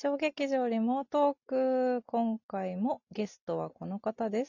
小劇場リモートーク、今回もゲストはこの方です。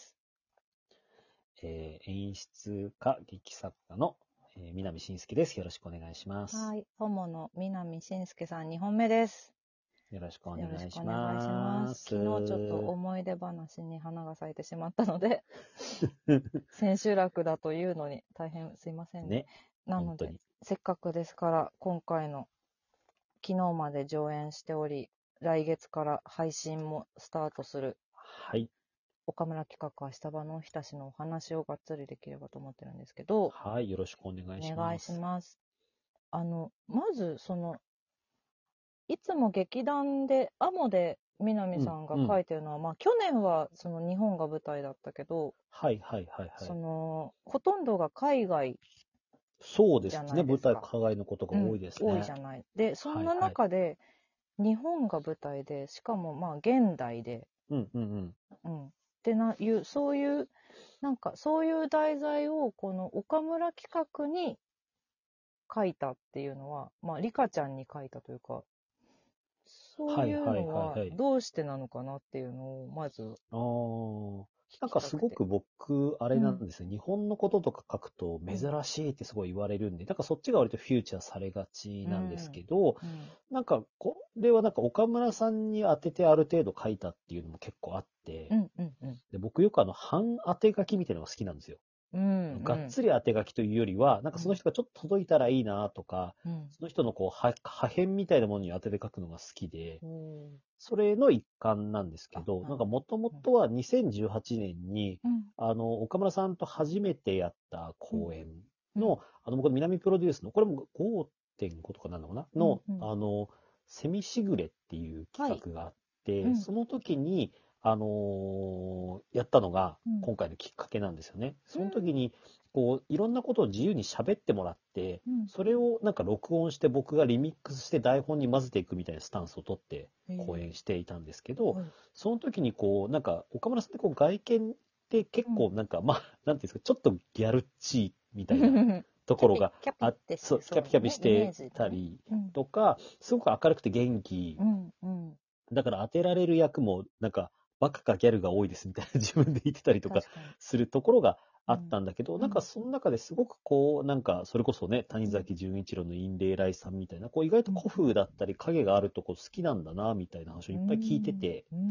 演出家、劇作家の、南信介です。よろしくお願いします。 はい、友の南信介さん2本目です。 よろしくおよろしくお願いし願いしまます。昨日ちょっとす。 思い出話に花が咲いてしまったので、千秋楽だというのに大変すいませんね。 ね、 なので、 本当に。 せっかくですから今回の昨日まで上演しており、来月から配信もスタートするはい。 岡村企画明日場のおひたしのお話をがっつりできればと思ってるんですけど、 はい。よろしくお願いしお願います。 します。まず、いつも劇団で、アモで南うん、 さんがうん。 書いてるのは、まあ、去年はその日本が舞台だったけど、 はい、はい、はい、はい。 ほとんどが海外じゃそうですね。舞台、 ないですか。 課外のことがうん、 多いです多いじね。 ゃない。で、そんはい、 なはい。 中で、日本が舞台で、しかもまあ、現代で、 うん、うん、うん。 うん。ってそういう、そういう題材を、この岡村企画に書いたっていうのは、まあ、リカちゃんに書いたというか、そうはい、 いうはい、はい、 のははい。 どうしてなのかなっていうのをまず聞ああ、なんきたくて。 かすごく僕、あれなんうん、 ですね。日本のこととか書くとうん、 珍しいってすごい言われるんで、だからそっちが割とフューチャーされがちうなんですん、 けど、 うん、 なんかこれはなんか岡村さんに当ててある程度書いたっていうのも結構あって、 うん、うん、うん、 で、僕よく半当て書きみたいなのが好きなんですよ。 うん、 がっうん、 つり当て書きというよりは、なんかそのうん、 人がちょっと届いたらいいなとか、 うん、 その人のこう破片みたいなものに当てて書くのが好きで、 おー、 それの一環なんですけあ、 ど、 なるほなんかもともど。 とは2018年に、 うん、 岡村さんと初めてやったうん、 公演うん、 の、僕南プロデュースの、これも5.5とかなのかなうん、 の、 うん、 セミしぐれっていうはい、 企画があって、 うん、 その時に、やったのがうん、 今回のきっかけなんですよね。 うん、 その時に、こう、いろんなことを自由に喋ってもらって、 うん、 それをなんか録音して僕がリミックスして台本に混ぜていくみたいなスタンスを取ってへえ、 講演していたんですけど、 はい、 その時にこう、なんか岡村さんってこう外見って結うん、 構なんか、まあ、なんていうんですか、ちょっとギャルっちいみたいなところがキャピっあ、そう、 てしてキャピキャピそうなね、イメーしてジでね。 たりうん、 とか、すごく明るくて元気。 うん、うん、 だから当てられる役も、なんか、バカかギャルが多いですみたいな自分で言ってたりとか確かに。 するところがあっうん、 たんだけど、なんかうん、 その中ですごくこう、なんかそれこそね、谷うん、 崎潤一郎のインレイライさんみたいな、こう意外とうん、 古風だったり影があるとこ好きなんだな、みたいな話をういっぱい聞いてん、 て、 うん、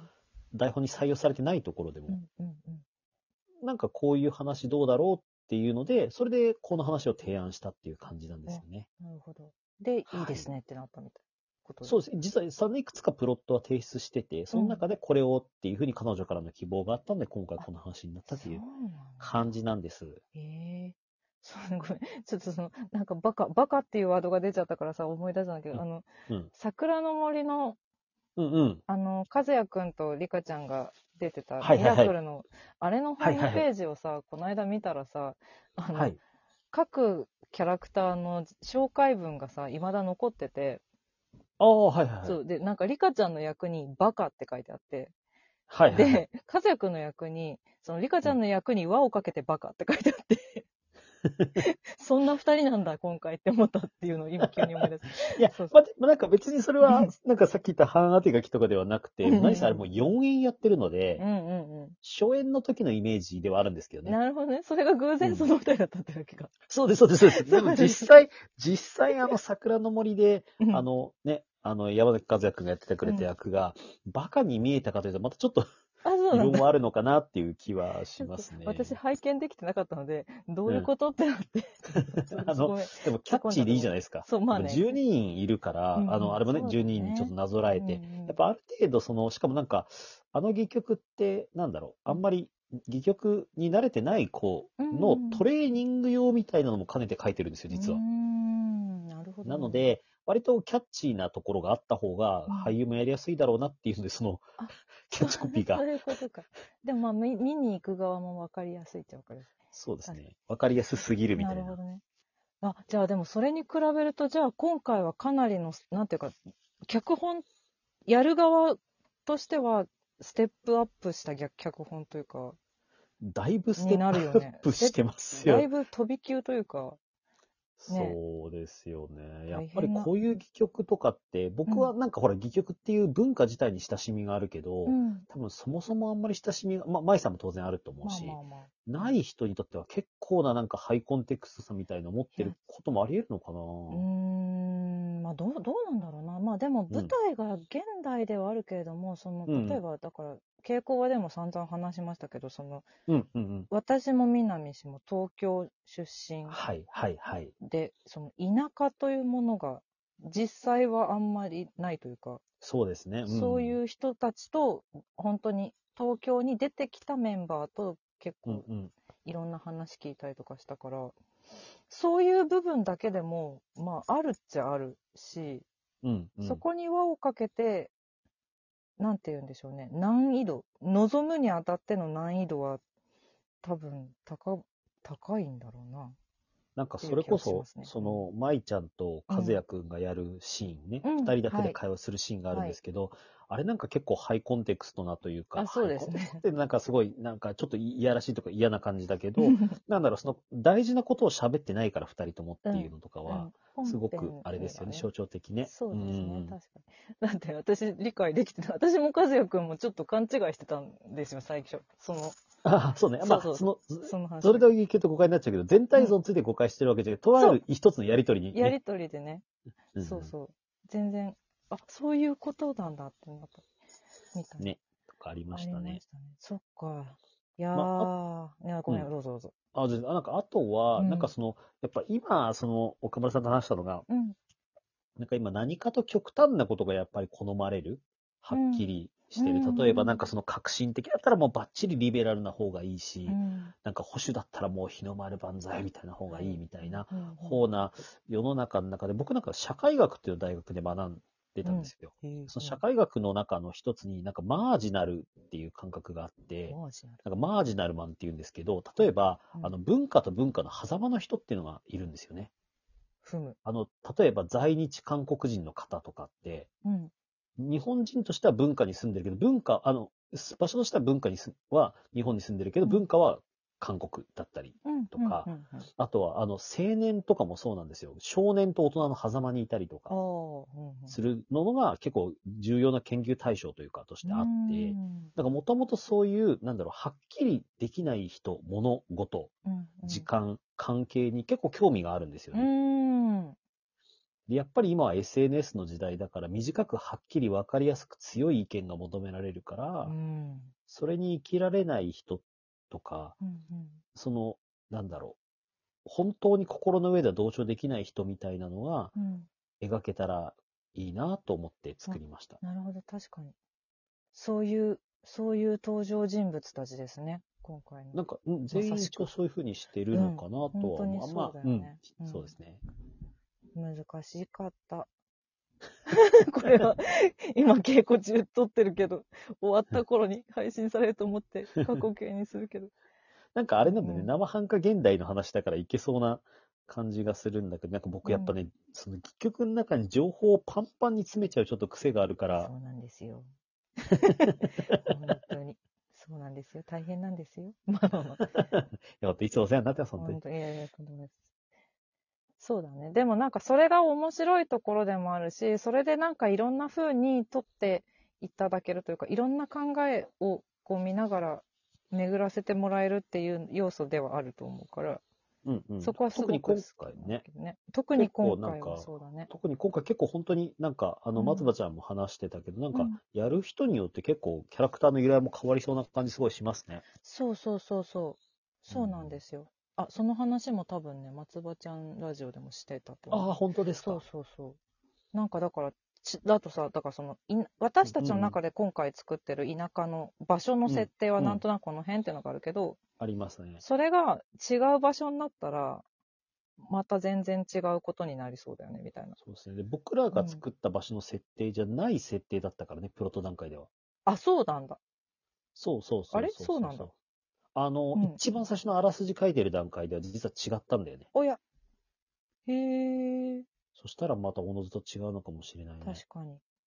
台本に採用されてないところでも、 うん、うん、うん。 なんかこういう話どうだろうっていうので、それでこの話を提案したっていう感じなんですあ、 よね。 なるほど。で、いいはい。 ですねってなったみたいなことで。 そうですね。実はいくつかプロットは提出してて、そのうん。 中でこれをっていうふうに彼女からの希望があったので、今回あ、 この話になったとそういうなんだ。 感じなんです。 へえ。ごめん。ちょっとなんかバカっていうワードが出ちゃったからさ、思い出したんだけど、 うん。うん。 桜の森の、 うんうん。 和也くんとリカちゃんが出てたミはいはいはい。 ラクルの、あれのホームペはいはいはい。 ージをさ、この間見たらさ、あの、 はい。 各キャラクターの紹介文がさ、未だ残ってて、 ああ、はいはいはい。 そう、で、なんかリカちゃんの役にバカって書いてあって、 はいはいはい。 で、和也くんの役に、そのリカちうん。 ゃんの役に輪をかけてバカって書いてあって、そんな二人なんだ、今回って思ったっていうのを今急に思い出す。 いや、 そうそ待って、なんか別にそれう。 は、なんかさっき言った半当て書きとかではなくて、 うん何せあれもううん 4演やってるので、 うんうんう初演の時のイメージではあるんですけどん。 ね。 なるほどね。それが偶うん。 然その二人だったってわけか。 そうです、そうです、そうです。でもそうですね。 実際桜の森で、 うん。 山崎和也くんがやっててくれたうん。 役が、バカに見えたかというと、またちょっとあ、そう異なんだ。 論はあるのかなっていう気はしまちょっと私すね。 拝見できてなかったので、どういううん。 ことってなって、ちょっとごめん、 でもキ突っャッチーでいい込んじゃったごめん。 じゃないですか。 そう、まやっぱあね。 12人いるから、 うんうん。 あれもね、 そう 12 だね。 人にちょっとなぞらえうんて、 うん。 やっぱある程度しかもなんか、あの戯曲って、なんだろう、 うんあんまり戯曲に慣れてない子うのトんレーニング用みたいなのも兼ねて書いてるんですよ、 う実は。 ん。なるほど。 なので、割とキャッチーなところがあった方が、 うん。 俳優もやりやすいだろうなっていうので、 あ、 キャッチコピーが、 そういうことか。でもまあ、見に行く側も分かりやすいっちゃ分かりやすい。確かそうですね。わかりやすすぎるに。 みたいな。 なるほどね。あ、じゃあでもそれに比べると、じゃあ今回はかなりの、なんていうか、脚本、やる側としては、ステップアップした脚本というか、 だいぶステにップアッなるよね。 プしてますよ。 だいぶ飛び級というか、 そうですよね。やっ大変な。 ぱりこういう戯曲とかって、僕はなんかほら戯曲っていう文化自体に親しみがあるけど、 うん。 多分そもそもあんまり親しみが、舞さんも当然あると思うまあまし、 あまあ。 ない人にとっては結構ななんかハイコンテクストさみたいの持ってることもあり得るのかまあどうなんだろうな。まあでもな。 舞台が現代ではあるけれども、例えばだから、稽古場でも散々話しましたけど、 うんうんうん。 私も南氏も東京出身はいはいはい。 で、田舎というものが実際はあんまりないというか、 そうですね。 そういう人たちと、本当に東京に出てきたメンバーと結構うんうん。 いろんな話聞いたりとかしたから、そういう部分だけでも、まあ、あるっちゃあるし、 うんうん。 そこに輪をかけて、なんて言うんでしょうね、難易度、望むにあたっての難易度は多分高いんだろうな、 なんかそっていう気はれこそ、 しますね。 舞ちゃんと和うん。 也くんがやるシーンね、 うん。 二人だけではい。 会話するシーンがあるんはい。 ですけど、あれなんか結構ハイコンテクストなというか、 あ、そうハイコンテクストっですね。 てなんかすごい、なんかちょっといやらしいとか嫌な感じだけど、なんだろう、その大事なことを喋ってないから二人ともっていううん。 のとかは、 うん。本すごく編あれですよね、 にはね。 象徴的ね。 そうですね。 ん。 確かに。だって私理解できてた。私も和也くんもちょっと勘違いしてたんですよ、最初。 ああ、そうね。まあ、 そうそうそう。その話それでだけ。 言うと誤解になっちゃうけど、全体うん。 像について誤解してるわけじゃなくて、とあそう。 る一つのやりとりにね。 やりとりでね。 うんそうそう。全然、あ、そういうことなんだってなった。みたいな。 ね。とかありまあしたね。 りましたね。そっか。いやまあ、 ー。いや、ごめん、 うん。 どうぞどうぞ。 なんかあとは、なんかうん。 やっぱ今、岡村さんと話したのが、 うん。 なんか今何かと極端なことがやっぱり好まれる。はっきうん。 りしてる。 うん。 例えばなんか革新的だったらもうバッチリリベラルな方がいいし、 うん。 なんか保守だったらもう日の丸万歳みたいな方がはい。 いいみたいなうん。 方な世の中の中で、僕なんか社会学っていう大学で学んでうん。うん。 たんですよ。 へえ。 その社会学の中の一つになんかマージナルっていう感覚があって、 マージナル。 なんかマージナルマンって言うんですけど、例えば、 うん。 文化と文化の狭間の人っていうのがいるんですよね。 踏む。 例えば在日韓国人の方とかって、 うん。 日本人としては文化に住んでるけど、場所としてはは日本に住んでるけど、 うん。 文化は韓国だったりうん。うん。 とか、 うん。うん。 あとは、青年とかもそうなんですよ。少年と大人の狭間にいたりとああ。 かうん。 するのが結構重要な研究対象というかとしうてあって、 ん。 だからもともとそういう、なんだろう、はっきりできない人、物事、 うん。 時間、関係に結構興味があるんですようね。 ん。うん。 で、やっぱり今は SNS の時代だから短くはっきり分かりやすく強い意見が求められるかうら、 ん。 それに生きられない人とか、 うん。 その、なんだろう、本当に心の上では同調できない人みたいなのがうん。 描けたらいいなと思ってあ、 作りました。 なるほど。確かに。そういう登場人物たちですね。今回の。 なんか、全員まさしく。 一応そういう風にしてるうん。 のかなと本は思う。 当にそうだよね。うん。 そうですね。 難しかった。これは、今稽古中撮ってるけど、終わった頃に配信されると思って過去形にするけど。 なんかあれなんだね、 うん。 生半可現代の話だからいけそうな感じがするんだけど、なんか僕やっぱね、その戯曲の中に情報をパンパンに詰めちゃうちょっと癖があるから、 そうなんですよ。本当に。そうなんですよ。大変なんですよ。まあまあまあ。 やっぱいつもお世話になってます、本当に。 本当、いやいや、とんでもないです。そうだね。でもなんかそれが面白いところでもあるし、それでなんかいろんな風に取っていただけるというか、いろんな考えをこう見ながら巡らせてもらえるっていう要素ではあると思うから、 うんうん。 そこはすごく好特に今きなんだ回ね、 けどね。特に結今回は構なんか、 そうだね。 特に今回結構本当になんか、松うん。 葉ちゃんも話してたけど、なんか、 うん。 やる人によって結構キャラクターの由来も変わりそうな感じすごいしますね。 そうそうそうそう。そうなんうんですよ。あ、その話も多分ね、松葉ちゃんラジオでもしてたと思う。 ああ、本当ですそうか。 そうそう。なんかだから、だとさ、だから私たちのうんうん中で今回作ってる田舎の場所のうん。 設定はうん。 なんとなくこの辺っていうのがあるけど、 ありますね。 それが違う場所になったら、また全然違うことになりそうだよね、みたいな。 そうですね。で、僕らうん。 が作った場所の設定じゃない設定だったからね、プロト段階では。 あ、そうなんだ。 そうそうあれそうそうそうなんだ。 そうそう。 うん。 一番最初のあらすじ書いてる段階では実は違ったんだよね。 おや。へえ。 そしたらまたおのずと違うのかもしれないね。 確かに。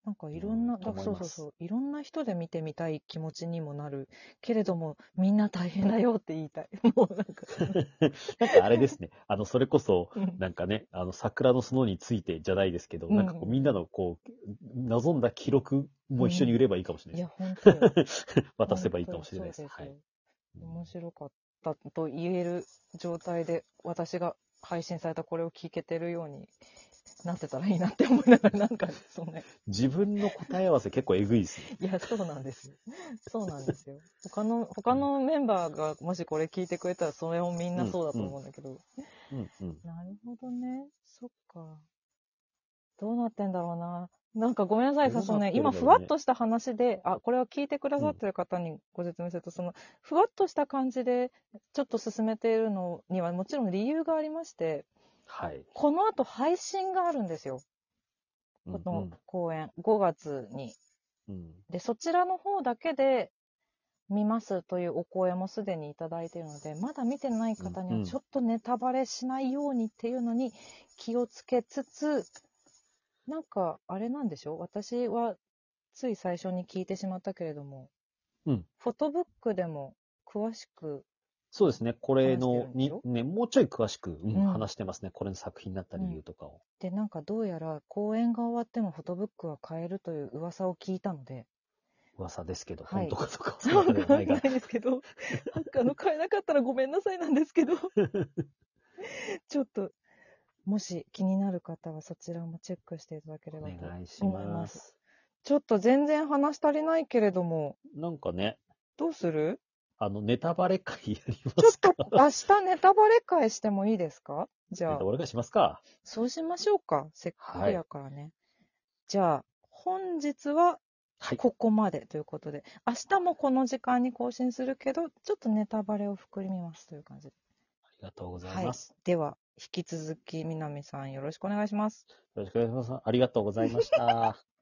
なんかいろんな、 と思います。 そう、いろんな人で見てみたい気持ちにもなる。けれども、みんな大変だよって言いたい。もうなんか、 なんかあれですね。それこそ、 うんなんかね、桜の園についてじゃないですけど、 うんなんかこう、みんなのこう、望んだ記録も一緒に売ればいいかもしれいや、 ない本当よ。 ですね。渡せばいいかも本当よ、 しれないです。 そうですよ。 はい。 面白かったと言える状態で、私が配信されたこれを聞けてるようになってたらいいなって思いながら、なんか、そうね。 自分の答え合わせ結構えぐいですね。 いや、そうなんですよ。そうなんですよ。他のメンバーがもしこれ聞いてくれたら、それもみんなそうだと思うんだけど。 うんうん。 なるほどね。そっか。どうなってんだろうな。なんかごめんなさい、 どうなってる今、 んだろうね。 ふわっとした話で、これを聞いてくださってる方にご説明すると、ふわっとした感じで、ちょっと進めているのには、もちろん理由がありまして、 はい。 この後配信があるんですよ。この公演、5月に。で、そちらの方だけで見ますというお声もすでにいただいているので、まだ見てない方にはちょっとネタバレしないようにっていうのに気をつけつつ、なんか、あれなんでしょう、私はつい最初に聞いてしまったけれども、フォトブックでも詳しくそうですね。これ話してるのんでしょね、もうちょい詳しく、話してますね。これの作品になった理由とかを。 で、なんかどうやら公演が終わってもフォトブックは買えるという噂を聞いたので、 噂ですけど、 はい、 本当かとかわかわからないが。 んないですけど、買えなかったらごめんなさいなんですけど、ちょっと、もし気になる方はそちらもチェックしていただければとお願いし思います。 ます。 ちょっと全然話足りないけれども、 なんかね、 どうする？ ネタバレ会やりまちょっすか？ と明日ネタバレ会してもいいですか？じゃあ、 ネタバレ会しますか？ そうしましょうか。せっかくやからね。じゃあ、本日はここまでということで、明日もこの時間に更新するけど、ちょっとネタバレを含みますという感じで。 ありがとうございます。 では、引き続き、南さんよろしくお願いします。 よろしくお願いします。ありがとうございました。